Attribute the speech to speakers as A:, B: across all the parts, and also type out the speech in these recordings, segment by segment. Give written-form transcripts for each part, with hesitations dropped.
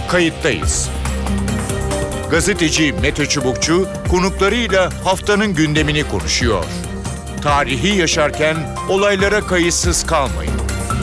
A: Kayıttayız. Gazeteci Mete Çubukçu konuklarıyla haftanın gündemini konuşuyor. Tarihi yaşarken olaylara kayıtsız kalmayın.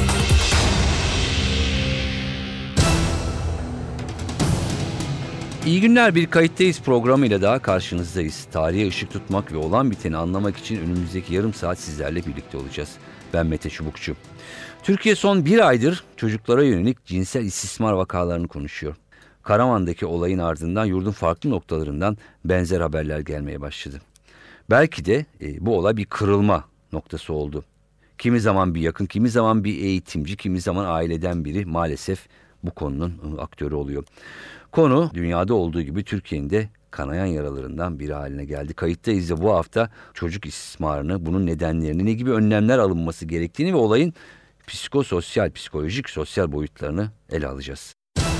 B: İyi günler, bir Kayıttayız programıyla daha karşınızdayız. Tarihe ışık tutmak ve olan biteni anlamak için önümüzdeki yarım saat sizlerle birlikte olacağız. Ben Mete Çubukçu. Türkiye son bir aydır çocuklara yönelik cinsel istismar vakalarını konuşuyor. Karaman'daki olayın ardından yurdun farklı noktalarından benzer haberler gelmeye başladı. Belki de bu olay bir kırılma noktası oldu. Kimi zaman bir yakın, kimi zaman bir eğitimci, kimi zaman aileden biri maalesef bu konunun aktörü oluyor. Konu dünyada olduğu gibi Türkiye'nin de kanayan yaralarından biri haline geldi. Kayıttayız da bu hafta çocuk istismarını, bunun nedenlerini, ne gibi önlemler alınması gerektiğini ve olayın psikososyal, psikolojik, sosyal boyutlarını ele alacağız.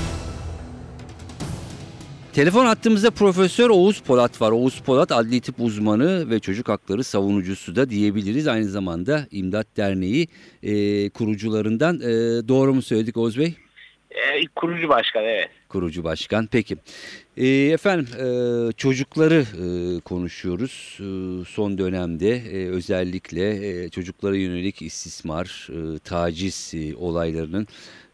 B: Telefon hattımızda Profesör Oğuz Polat var. Oğuz Polat adli tıp uzmanı ve çocuk hakları savunucusu da diyebiliriz. Aynı zamanda İmdat Derneği kurucularından. Doğru mu söyledik Oğuz Bey?
C: Kurucu başkan, evet.
B: Kurucu başkan. Peki. Efendim çocukları konuşuyoruz. Son dönemde özellikle çocuklara yönelik istismar, taciz olaylarının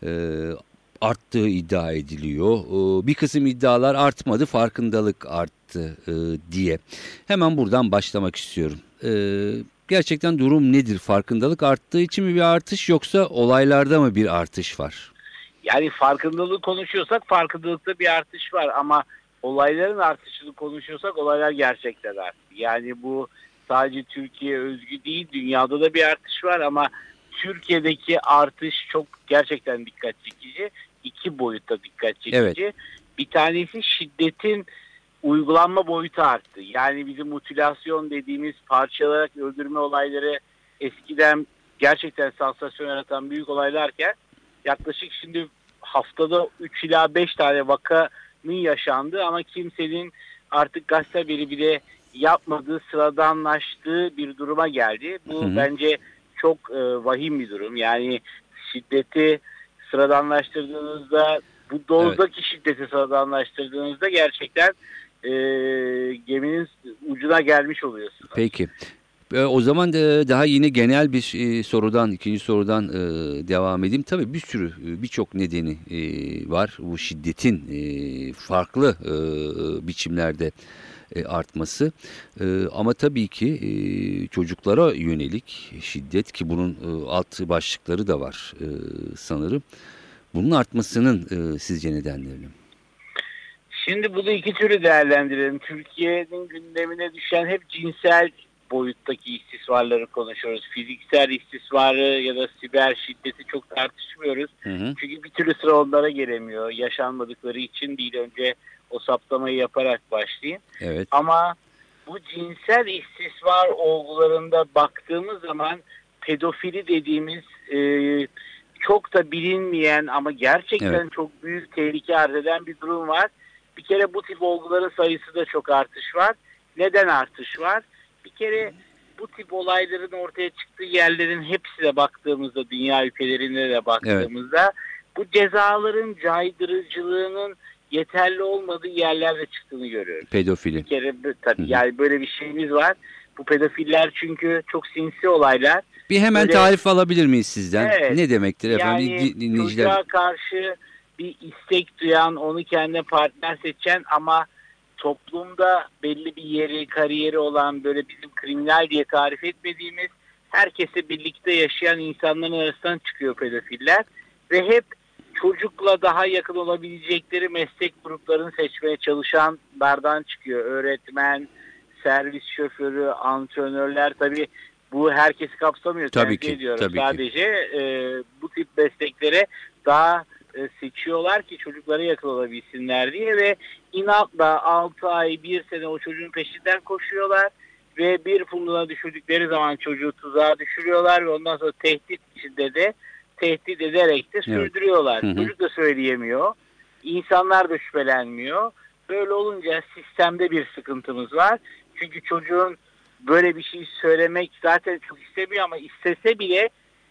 B: arttığı iddia ediliyor. Bir kısım iddialar artmadı, farkındalık arttı diye. Hemen buradan başlamak istiyorum. Gerçekten durum nedir? Farkındalık arttığı için mi bir artış, yoksa olaylarda mı bir artış var?
C: Yani farkındalığı konuşuyorsak farkındalıkta bir artış var ama olayların artışını konuşuyorsak olaylar gerçekten arttı. Yani bu sadece Türkiye özgü değil, dünyada da bir artış var ama Türkiye'deki artış çok gerçekten dikkat çekici. İki boyutta dikkat çekici.
B: Evet.
C: Bir tanesi şiddetin uygulanma boyutu arttı. Yani bizim mutilasyon dediğimiz parçalayarak öldürme olayları eskiden gerçekten sansasyon yaratan büyük olaylarken yaklaşık şimdi haftada 3 ila 5 tane vakanın yaşandığı ama kimsenin artık gazete haberi bile yapmadığı, sıradanlaştığı bir duruma geldi. Bu bence çok vahim bir durum. Yani şiddeti sıradanlaştırdığınızda, bu doğudaki şiddeti sıradanlaştırdığınızda gerçekten geminin ucuna gelmiş oluyorsunuz.
B: Peki. O zaman daha yine genel bir sorudan, ikinci sorudan devam edeyim. Tabii birçok nedeni var bu şiddetin farklı biçimlerde artması. Ama tabii ki çocuklara yönelik şiddet, ki bunun alt başlıkları da var sanırım. Bunun artmasının sizce nedenleri?
C: Şimdi bunu iki türlü değerlendirelim. Türkiye'nin gündemine düşen hep cinsel boyuttaki istismarları konuşuyoruz. Fiziksel istismarı ya da siber şiddeti çok tartışmıyoruz. Çünkü bir türlü sıra onlara gelemiyor. Yaşanmadıkları için değil. Önce o saptamayı yaparak başlayayım.
B: Evet.
C: Ama bu cinsel istismar olgularında baktığımız zaman pedofili dediğimiz çok da bilinmeyen ama gerçekten çok büyük tehlike arz eden bir durum var. Bir kere bu tip olguların sayısı da çok artış var. Neden artış var? Bir kere bu tip olayların ortaya çıktığı yerlerin hepsine baktığımızda, dünya ülkelerine de baktığımızda bu cezaların caydırıcılığının yeterli olmadığı yerlerde çıktığını görüyoruz.
B: Pedofili.
C: Bir kere tabii yani böyle bir şeyimiz var. Bu pedofiller çünkü çok sinsi olaylar.
B: Bir hemen tarif alabilir miyiz sizden?
C: Evet,
B: Ne demektir efendim?
C: Yani çocuğa karşı bir istek duyan, onu kendine partner seçen ama toplumda belli bir yeri, kariyeri olan, böyle bizim kriminal diye tarif etmediğimiz, herkese birlikte yaşayan insanların arasından çıkıyor pedofiller. Ve hep çocukla daha yakın olabilecekleri meslek gruplarını seçmeye çalışanlardan çıkıyor. Öğretmen, servis şoförü, antrenörler, tabii bu herkesi kapsamıyor.
B: Tabii ki.
C: Sadece bu tip mesleklere daha seçiyorlar ki çocuklara yakın olabilsinler diye ve inatla 6 ay, 1 sene o çocuğun peşinden koşuyorlar ve bir funduna düşürdükleri zaman çocuğu tuzağa düşürüyorlar ve ondan sonra tehdit içinde de tehdit ederek de sürdürüyorlar. Çocuk da söyleyemiyor. İnsanlar da şüphelenmiyor. Böyle olunca sistemde bir sıkıntımız var. Çünkü çocuğun böyle bir şey söylemek zaten çok istemiyor ama istese bile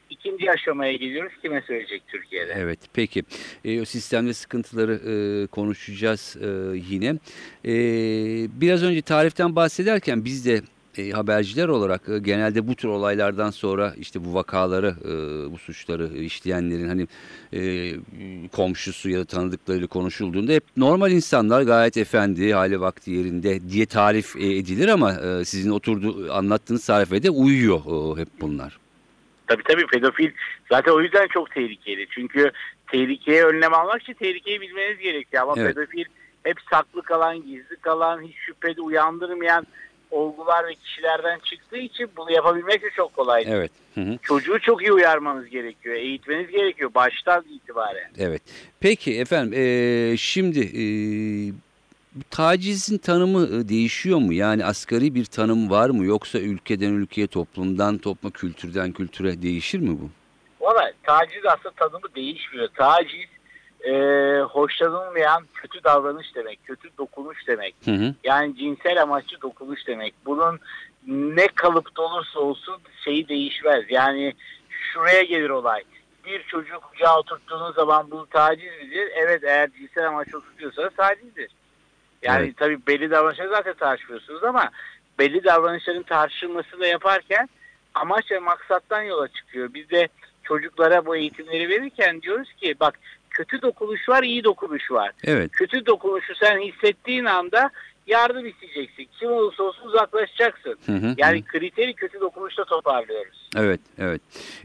C: ikinci aşamaya geliyoruz. Kime söyleyecek Türkiye'de?
B: Evet, peki. O sistemde sıkıntıları konuşacağız yine. Biraz önce tariften bahsederken biz de haberciler olarak genelde bu tür olaylardan sonra işte bu vakaları, bu suçları işleyenlerin hani komşusu ya da tanıdıklarıyla konuşulduğunda hep normal insanlar, gayet efendi, hali vakti yerinde diye tarif edilir ama sizin anlattığınız tarife de uyuyor hep bunlar.
C: Tabii pedofil zaten o yüzden çok tehlikeli. Çünkü tehlikeye önlem almak için tehlikeyi bilmeniz gerekiyor. Ama
B: Evet.
C: pedofil hep saklı kalan, gizli kalan, hiç şüphede uyandırmayan olgular ve kişilerden çıktığı için bunu yapabilmek de çok kolay değil.
B: Evet. Hı hı.
C: Çocuğu çok iyi uyarmanız gerekiyor, eğitmeniz gerekiyor baştan itibaren.
B: Evet. Peki efendim, şimdi tacizin tanımı değişiyor mu? Yani asgari bir tanım var mı? Yoksa ülkeden ülkeye, toplumdan topluma, kültürden kültüre değişir mi bu?
C: Valla taciz aslında tanımı değişmiyor. Taciz hoşlanılmayan kötü davranış demek, kötü dokunuş demek.
B: Hı hı.
C: Yani cinsel amaçlı dokunuş demek. Bunun ne kalıpta olursa olsun şeyi değişmez. Yani şuraya gelir olay. Bir çocuğu kucağa oturttuğunuz zaman bu taciz midir? Evet, eğer cinsel amaçlı oturtuyorsanız tacizdir. Yani
B: Evet.
C: tabii belli davranışları zaten tartışmıyorsunuz ama belli davranışların tartışılmasını da yaparken amaç ve maksattan yola çıkıyor. Biz de çocuklara bu eğitimleri verirken diyoruz ki bak, kötü dokunuş var, iyi dokunuş var.
B: Evet.
C: Kötü dokunuşu sen hissettiğin anda yardım isteyeceksin. Kim olursa olsun uzaklaşacaksın.
B: Hı hı.
C: Yani kriteri kötü dokunuşta toparlıyoruz.
B: Evet, evet.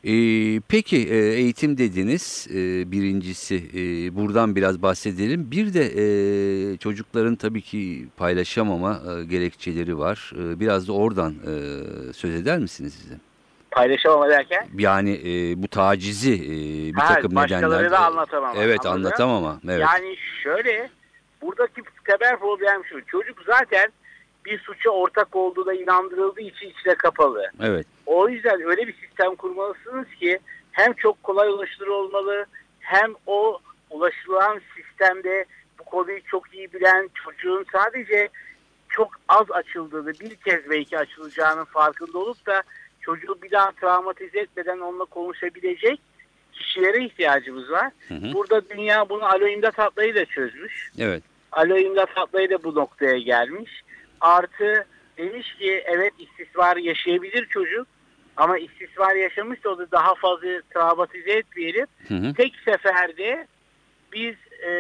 B: Peki eğitim dediniz, birincisi buradan biraz bahsedelim. Bir de çocukların tabii ki paylaşamama gerekçeleri var. Biraz da oradan söz eder misiniz bize?
C: Paylaşamama derken?
B: Yani bu tacizi bir takım
C: başkalarına
B: nedenler.
C: da anlatamam.
B: Evet,
C: Anladın?
B: anlatamama. Evet.
C: Yani şöyle, buradaki temel problem şu. Çocuk zaten bir suça ortak olduğuna inandırıldığı için içine kapalı.
B: Evet.
C: O yüzden öyle bir sistem kurmalısınız ki hem çok kolay ulaşılır olmalı, hem o ulaşılan sistemde bu konuyu çok iyi bilen, çocuğun sadece çok az açıldığını, bir kez belki açılacağının farkında olup da çocuğu bir daha travmatize etmeden onunla konuşabilecek kişilere ihtiyacımız var.
B: Hı hı.
C: Burada dünya bunu Alo İmdat Hatlayı da çözmüş.
B: Evet.
C: Alo İmdat Hatlayı da bu noktaya gelmiş. Artı demiş ki evet, istismar yaşayabilir çocuk ama istismar yaşamış da onu daha fazla travmatize etmeyelim.
B: Hı hı.
C: Tek seferde biz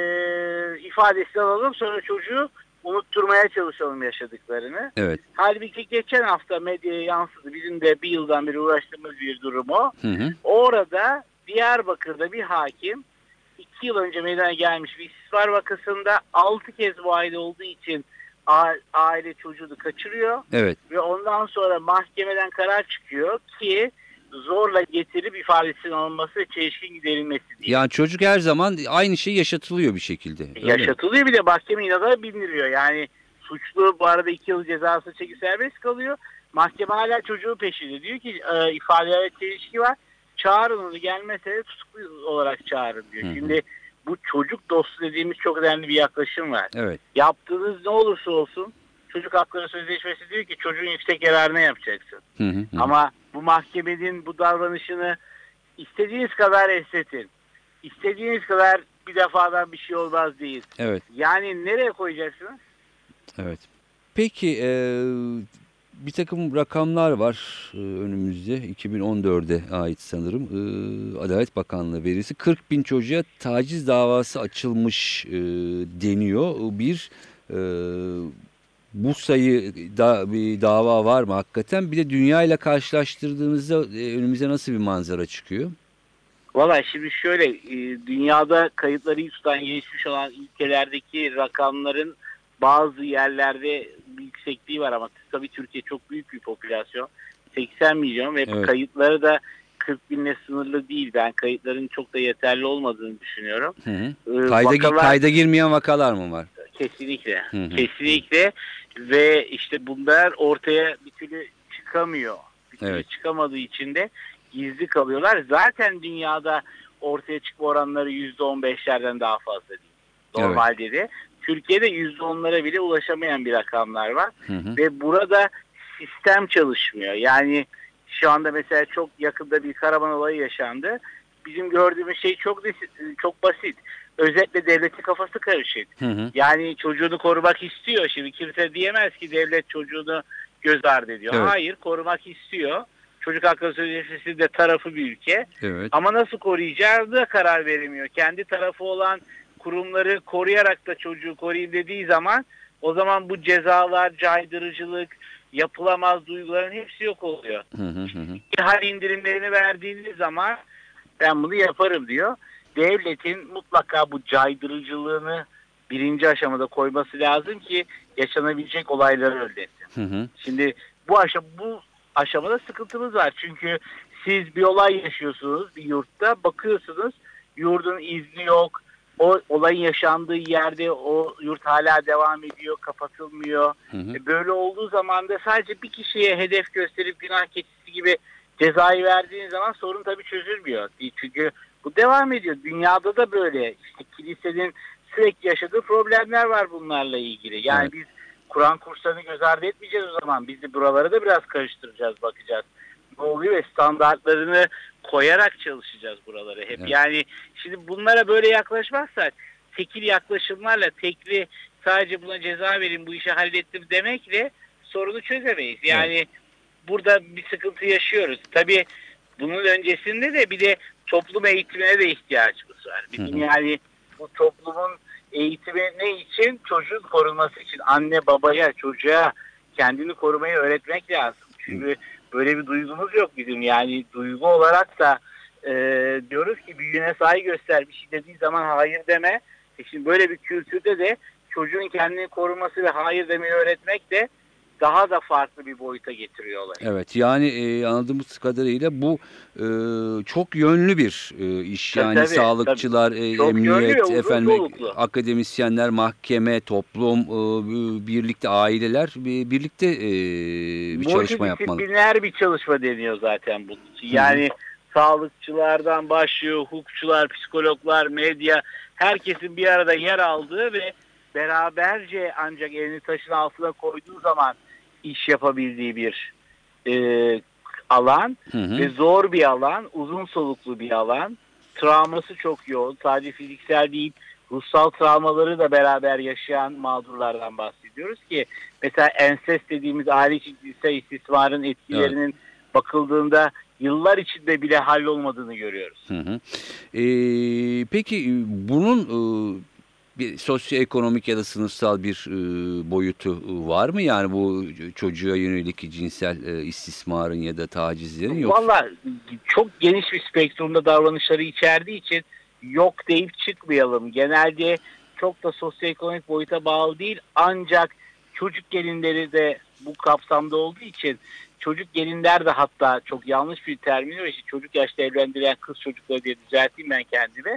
C: ifadesini alalım, sonra çocuğu unutturmaya çalışalım yaşadıklarını.
B: Evet.
C: Halbuki geçen hafta medyaya yansıdı. Bizim de bir yıldan beri uğraştığımız bir durum o.
B: Hı hı.
C: Orada Diyarbakır'da bir hakim 2 yıl önce meydana gelmiş bir istismar vakasında 6 kez bu aile olduğu için aile çocuğunu kaçırıyor.
B: Evet.
C: Ve ondan sonra mahkemeden karar çıkıyor ki zorla getirip ifadesinin alınması ve çelişkin giderilmesi diye.
B: Yani çocuk her zaman aynı şey yaşatılıyor bir şekilde. Öyle mi?
C: Yaşatılıyor, bir de mahkeme inadına bindiriyor. Yani suçlu bu arada 2 yıl cezası çekip serbest kalıyor. Mahkeme hala çocuğun peşinde. Diyor ki ifadelere çelişki var. Çağırın onu, gelmese de tutuklu olarak çağırın diyor.
B: Hı hı.
C: Şimdi bu çocuk dostu dediğimiz çok önemli bir yaklaşım var.
B: Evet.
C: Yaptığınız ne olursa olsun Çocuk Hakları Sözleşmesi diyor ki çocuğun yüksek yararına yapacaksın.
B: Hı hı. Hı.
C: Ama bu mahkemenin bu davranışını istediğiniz kadar esnetin. İstediğiniz kadar bir defadan bir şey olmaz değil.
B: Evet.
C: Yani nereye koyacaksınız?
B: Evet. Peki bir takım rakamlar var önümüzde. 2014'e ait sanırım. Adalet Bakanlığı verisi 40 bin çocuğa taciz davası açılmış deniyor. Bu sayıda bir dava var mı hakikaten? Bir de dünya ile karşılaştırdığınızda önümüze nasıl bir manzara çıkıyor?
C: Valla şimdi şöyle, dünyada kayıtları iyi tutan, gelişmiş olan ülkelerdeki rakamların bazı yerlerde bir yüksekliği var ama tabii Türkiye çok büyük bir popülasyon. 80 milyon ve
B: Evet.
C: kayıtları da 40 binle sınırlı değil. Ben kayıtların çok da yeterli olmadığını düşünüyorum.
B: Hı hı. Kayda girmeyen vakalar mı var?
C: Kesinlikle.
B: Hı hı.
C: Kesinlikle. Ve işte bunlar ortaya bir türlü çıkamıyor. Bir türlü
B: Evet.
C: çıkamadığı için de gizli kalıyorlar. Zaten dünyada ortaya çıkma oranları %15'lerden daha fazla değil. Normalde de. Türkiye'de %10'lara bile ulaşamayan bir rakamlar var.
B: Hı hı.
C: Ve burada sistem çalışmıyor. Yani Şu anda mesela çok yakında bir karavan olayı yaşandı. Bizim gördüğümüz şey çok basit. Özetle devletin kafası karışık.
B: Hı hı.
C: Yani çocuğunu korumak istiyor. Şimdi kimse diyemez ki devlet çocuğunu göz ardı ediyor.
B: Evet.
C: Hayır, korumak istiyor. Çocuk Hakları Sözleşmesi de tarafı bir ülke.
B: Evet.
C: Ama nasıl koruyacağını da karar veremiyor. Kendi tarafı olan kurumları koruyarak da çocuğu koruyayım dediği zaman o zaman bu cezalar, caydırıcılık, yapılamaz duyguların hepsi yok oluyor.
B: Hı hı hı.
C: İhale indirimlerini verdiğiniz zaman ben bunu yaparım diyor. Devletin mutlaka bu caydırıcılığını birinci aşamada koyması lazım ki yaşanabilecek olayları önlesin.
B: Hı hı.
C: Şimdi bu aşamada sıkıntımız var. Çünkü siz bir olay yaşıyorsunuz bir yurtta, bakıyorsunuz yurdun izni yok. O olayın yaşandığı yerde o yurt hala devam ediyor, kapatılmıyor.
B: Hı hı.
C: Böyle olduğu zaman da sadece bir kişiye hedef gösterip günah keçisi gibi cezayı verdiğiniz zaman sorun tabii çözülmüyor. Çünkü bu devam ediyor. Dünyada da böyle. İşte kilisenin sürekli yaşadığı problemler var bunlarla ilgili. Yani
B: Evet.
C: biz Kur'an kurslarını göz ardı etmeyeceğiz o zaman. Biz de buraları da biraz karıştıracağız, bakacağız. Ne oluyor ve standartlarını koyarak çalışacağız buraları hep.
B: Evet.
C: Yani şimdi bunlara böyle yaklaşmazsak tekil yaklaşımlarla tekli sadece buna ceza verin bu işi hallettim demekle sorunu çözemeyiz. Yani burada bir sıkıntı yaşıyoruz. Tabii bunun öncesinde de bir de toplum eğitimine de ihtiyacımız var. Bizim yani bu toplumun eğitimi ne için? Çocuğun korunması için. Anne babaya, çocuğa kendini korumayı öğretmek lazım. Çünkü böyle bir duygumuz yok bizim. Yani duygu olarak da diyoruz ki büyüğüne saygı göster, bir şey dediği zaman hayır deme. Şimdi böyle bir kültürde de çocuğun kendini koruması ve hayır demeyi öğretmek de daha da farklı bir boyuta getiriyor olayı.
B: Evet, yani anladığımız kadarıyla bu çok yönlü bir iş.
C: Tabii,
B: Yani
C: tabii,
B: sağlıkçılar,
C: Çok yönlü ve
B: emniyet,
C: uzun
B: efendim,
C: soluklu.
B: akademisyenler, mahkeme, toplum, birlikte aileler birlikte bir çalışma yapmalı.
C: Multidisipliner bir çalışma deniyor zaten bunun için. Yani sağlıkçılardan başlıyor, hukukçular, psikologlar, medya, herkesin bir arada yer aldığı ve beraberce ancak elini taşın altına koyduğu zaman iş yapabildiği bir alan
B: Hı hı.
C: ve zor bir alan, uzun soluklu bir alan. Travması çok yoğun. Sadece fiziksel değil, ruhsal travmaları da beraber yaşayan mağdurlardan bahsediyoruz ki mesela ensest dediğimiz aile içi cinsel istismarın etkilerinin bakıldığında yıllar içinde bile hallolmadığını görüyoruz.
B: Hı hı. Peki bunun bir sosyoekonomik ya da sınıfsal bir boyutu var mı? Yani bu çocuğa yönelik cinsel istismarın ya da tacizlerin yoksa?
C: Valla çok geniş bir spektrumda davranışları içerdiği için yok deyip çıkmayalım. Genelde çok da sosyoekonomik boyuta bağlı değil. Ancak çocuk gelinleri de bu kapsamda olduğu için çocuk gelinler de hatta çok yanlış bir terminoloji. Çocuk yaşta evlendirilen kız çocukları diye düzelteyim ben kendime.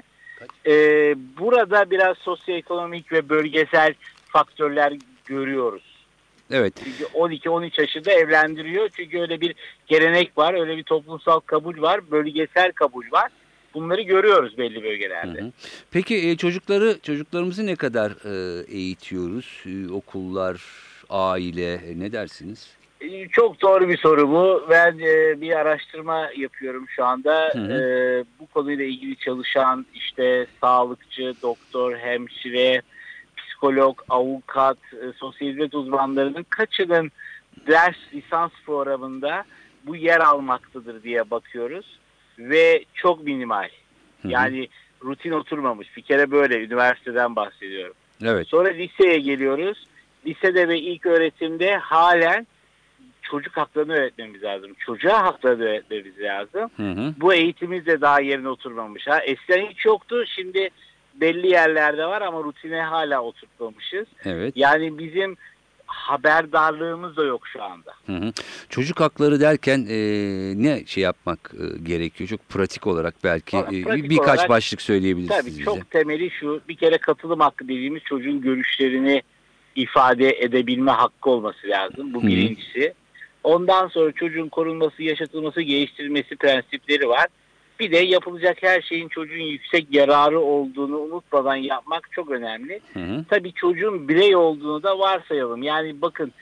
C: Burada biraz sosyoekonomik ve bölgesel faktörler görüyoruz.
B: Evet.
C: Çünkü 12-13 yaşında evlendiriyor. Çünkü öyle bir gelenek var, öyle bir toplumsal kabul var, bölgesel kabul var. Bunları görüyoruz belli bölgelerde.
B: Hı hı. Peki çocuklarımızı ne kadar eğitiyoruz? Okullar, aile, ne dersiniz?
C: Çok doğru bir soru bu. Ben bir araştırma yapıyorum şu anda.
B: Hı hı.
C: Bu konuyla ilgili çalışan işte sağlıkçı, doktor, hemşire, psikolog, avukat, sosyal hizmet uzmanlarının kaçının ders lisans programında bu yer almaktadır diye bakıyoruz. Ve çok minimal.
B: Hı hı.
C: Yani rutin oturmamış. Bir kere böyle üniversiteden bahsediyorum.
B: Evet.
C: Sonra liseye geliyoruz. Lisede ve ilk öğretimde halen çocuk haklarını öğretmemiz lazım. Çocuğa haklarını öğretmemiz lazım.
B: Hı hı.
C: Bu eğitimimiz de daha yerine oturmamış. Eskiden hiç yoktu. Şimdi belli yerlerde var ama rutine hala oturtmamışız.
B: Evet.
C: Yani bizim haberdarlığımız da yok şu anda.
B: Hı hı. Çocuk hakları derken ne şey yapmak gerekiyor? Çok pratik olarak belki
C: Pratik
B: birkaç
C: olarak,
B: başlık söyleyebilirsiniz
C: tabii
B: bize.
C: çok temeli şu. Bir kere katılım hakkı dediğimiz çocuğun görüşlerini ifade edebilme hakkı olması lazım. Bu birincisi. Ondan sonra çocuğun korunması, yaşatılması, geliştirilmesi prensipleri var. Bir de yapılacak her şeyin çocuğun yüksek yararı olduğunu unutmadan yapmak çok önemli.
B: Hı hı.
C: Tabii çocuğun birey olduğunu da varsayalım. Yani bakın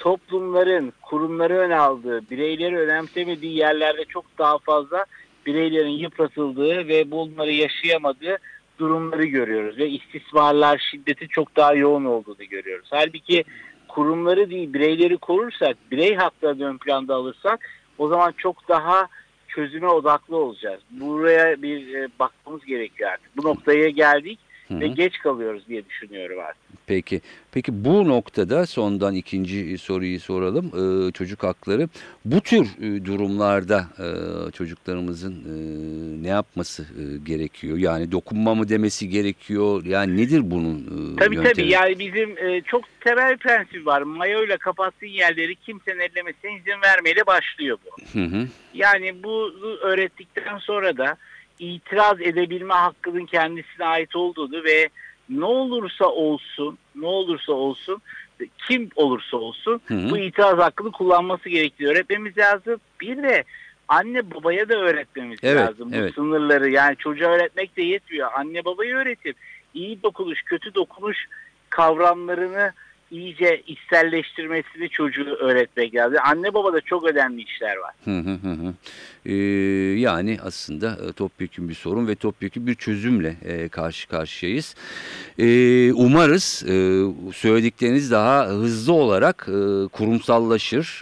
C: toplumların kurumları öne aldığı, bireyleri önemsemediği yerlerde çok daha fazla bireylerin yıpratıldığı ve bunları yaşayamadığı durumları görüyoruz. Ve istismarlar, şiddeti çok daha yoğun olduğunu görüyoruz. Halbuki kurumları değil, bireyleri korursak, birey haklarını ön planda alırsak o zaman çok daha çözüme odaklı olacağız. Buraya bir bakmamız gerekiyor artık. Bu noktaya geldik ve geç kalıyoruz diye düşünüyorum artık.
B: Peki. Peki bu noktada sondan ikinci soruyu soralım. Çocuk hakları. Bu tür durumlarda çocuklarımızın ne yapması gerekiyor? Yani dokunma mı demesi gerekiyor? Yani nedir bunun
C: Tabii
B: yöntemi?
C: tabii. Yani bizim çok temel bir prensip var. Mayoyla kapattığın yerleri kimsenin ellemesine izin vermeyle başlıyor bu. Yani bu öğrettikten sonra da itiraz edebilme hakkının kendisine ait olduğunu ve ne olursa olsun kim olursa olsun bu itiraz hakkını kullanması gerektiğini öğretmemiz lazım. Bir de anne babaya da öğretmemiz lazım bu sınırları. Yani çocuğa öğretmek de yetmiyor. Anne babaya öğretip iyi dokunuş, kötü dokunuş kavramlarını iyice içselleştirmesini çocuğu öğretmek lazım. Anne babada çok önemli işler var.
B: Yani aslında topyekün bir sorun ve topyekün bir çözümle karşı karşıyayız. Umarız söyledikleriniz daha hızlı olarak kurumsallaşır,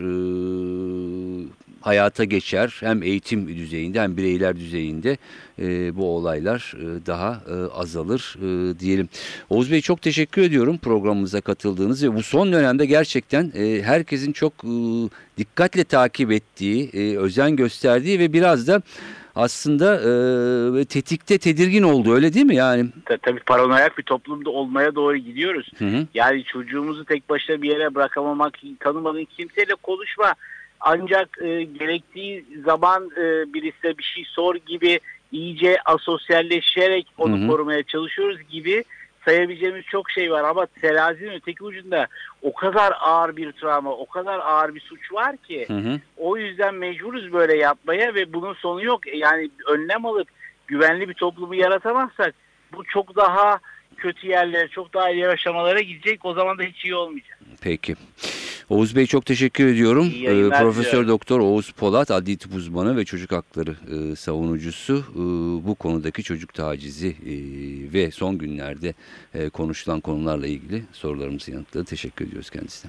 B: hayata geçer. Hem eğitim düzeyinde hem bireyler düzeyinde bu olaylar daha azalır diyelim. Oğuz Bey, çok teşekkür ediyorum programımıza katıldığınız ve bu son dönemde gerçekten herkesin çok dikkatle takip ettiği, özen gösterdiği ve biraz da aslında tetikte, tedirgin oldu, öyle değil mi yani?
C: Tabii paranoyak bir toplumda olmaya doğru gidiyoruz. Yani çocuğumuzu tek başına bir yere bırakamamak, tanımadığın kimseyle konuşma. Ancak gerektiği zaman birisine bir şey sor gibi iyice asosyalleşerek onu korumaya çalışıyoruz gibi sayabileceğimiz çok şey var. Ama terazinin öteki ucunda o kadar ağır bir travma, o kadar ağır bir suç var ki o yüzden mecburuz böyle yapmaya ve bunun sonu yok. Yani önlem alıp güvenli bir toplumu yaratamazsak bu çok daha kötü yerlere, çok daha ileri aşamalara gidecek. O zaman da hiç iyi olmayacak.
B: Peki. Oğuz Bey, çok teşekkür ediyorum. Profesör Doktor Oğuz Polat, adli tıp uzmanı ve çocuk hakları savunucusu. Bu konudaki çocuk tacizi ve son günlerde konuşulan konularla ilgili sorularımızı yanıtladı. Teşekkür ediyoruz kendisine.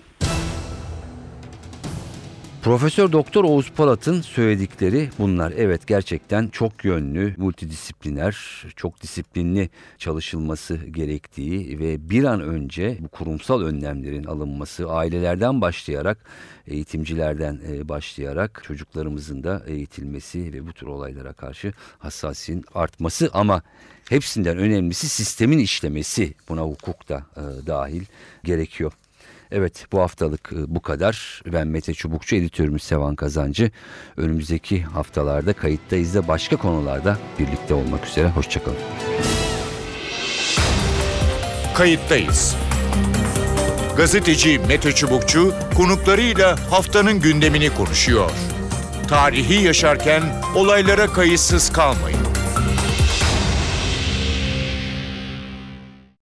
B: Profesör Doktor Oğuz Polat'ın söyledikleri bunlar. Evet, gerçekten çok yönlü, multidisipliner, çok disiplinli çalışılması gerektiği ve bir an önce bu kurumsal önlemlerin alınması, ailelerden başlayarak, eğitimcilerden başlayarak çocuklarımızın da eğitilmesi ve bu tür olaylara karşı hassasiyetin artması, ama hepsinden önemlisi sistemin işlemesi, buna hukuk da dahil, gerekiyor. Evet, bu haftalık bu kadar. Ben Mete Çubukçu, editörümüz Sevan Kazancı. Önümüzdeki haftalarda kayıttayız da başka konularda birlikte olmak üzere. Hoşçakalın.
A: Kayıttayız. Gazeteci Mete Çubukçu konuklarıyla haftanın gündemini konuşuyor. Tarihi yaşarken olaylara kayıtsız kalmayın.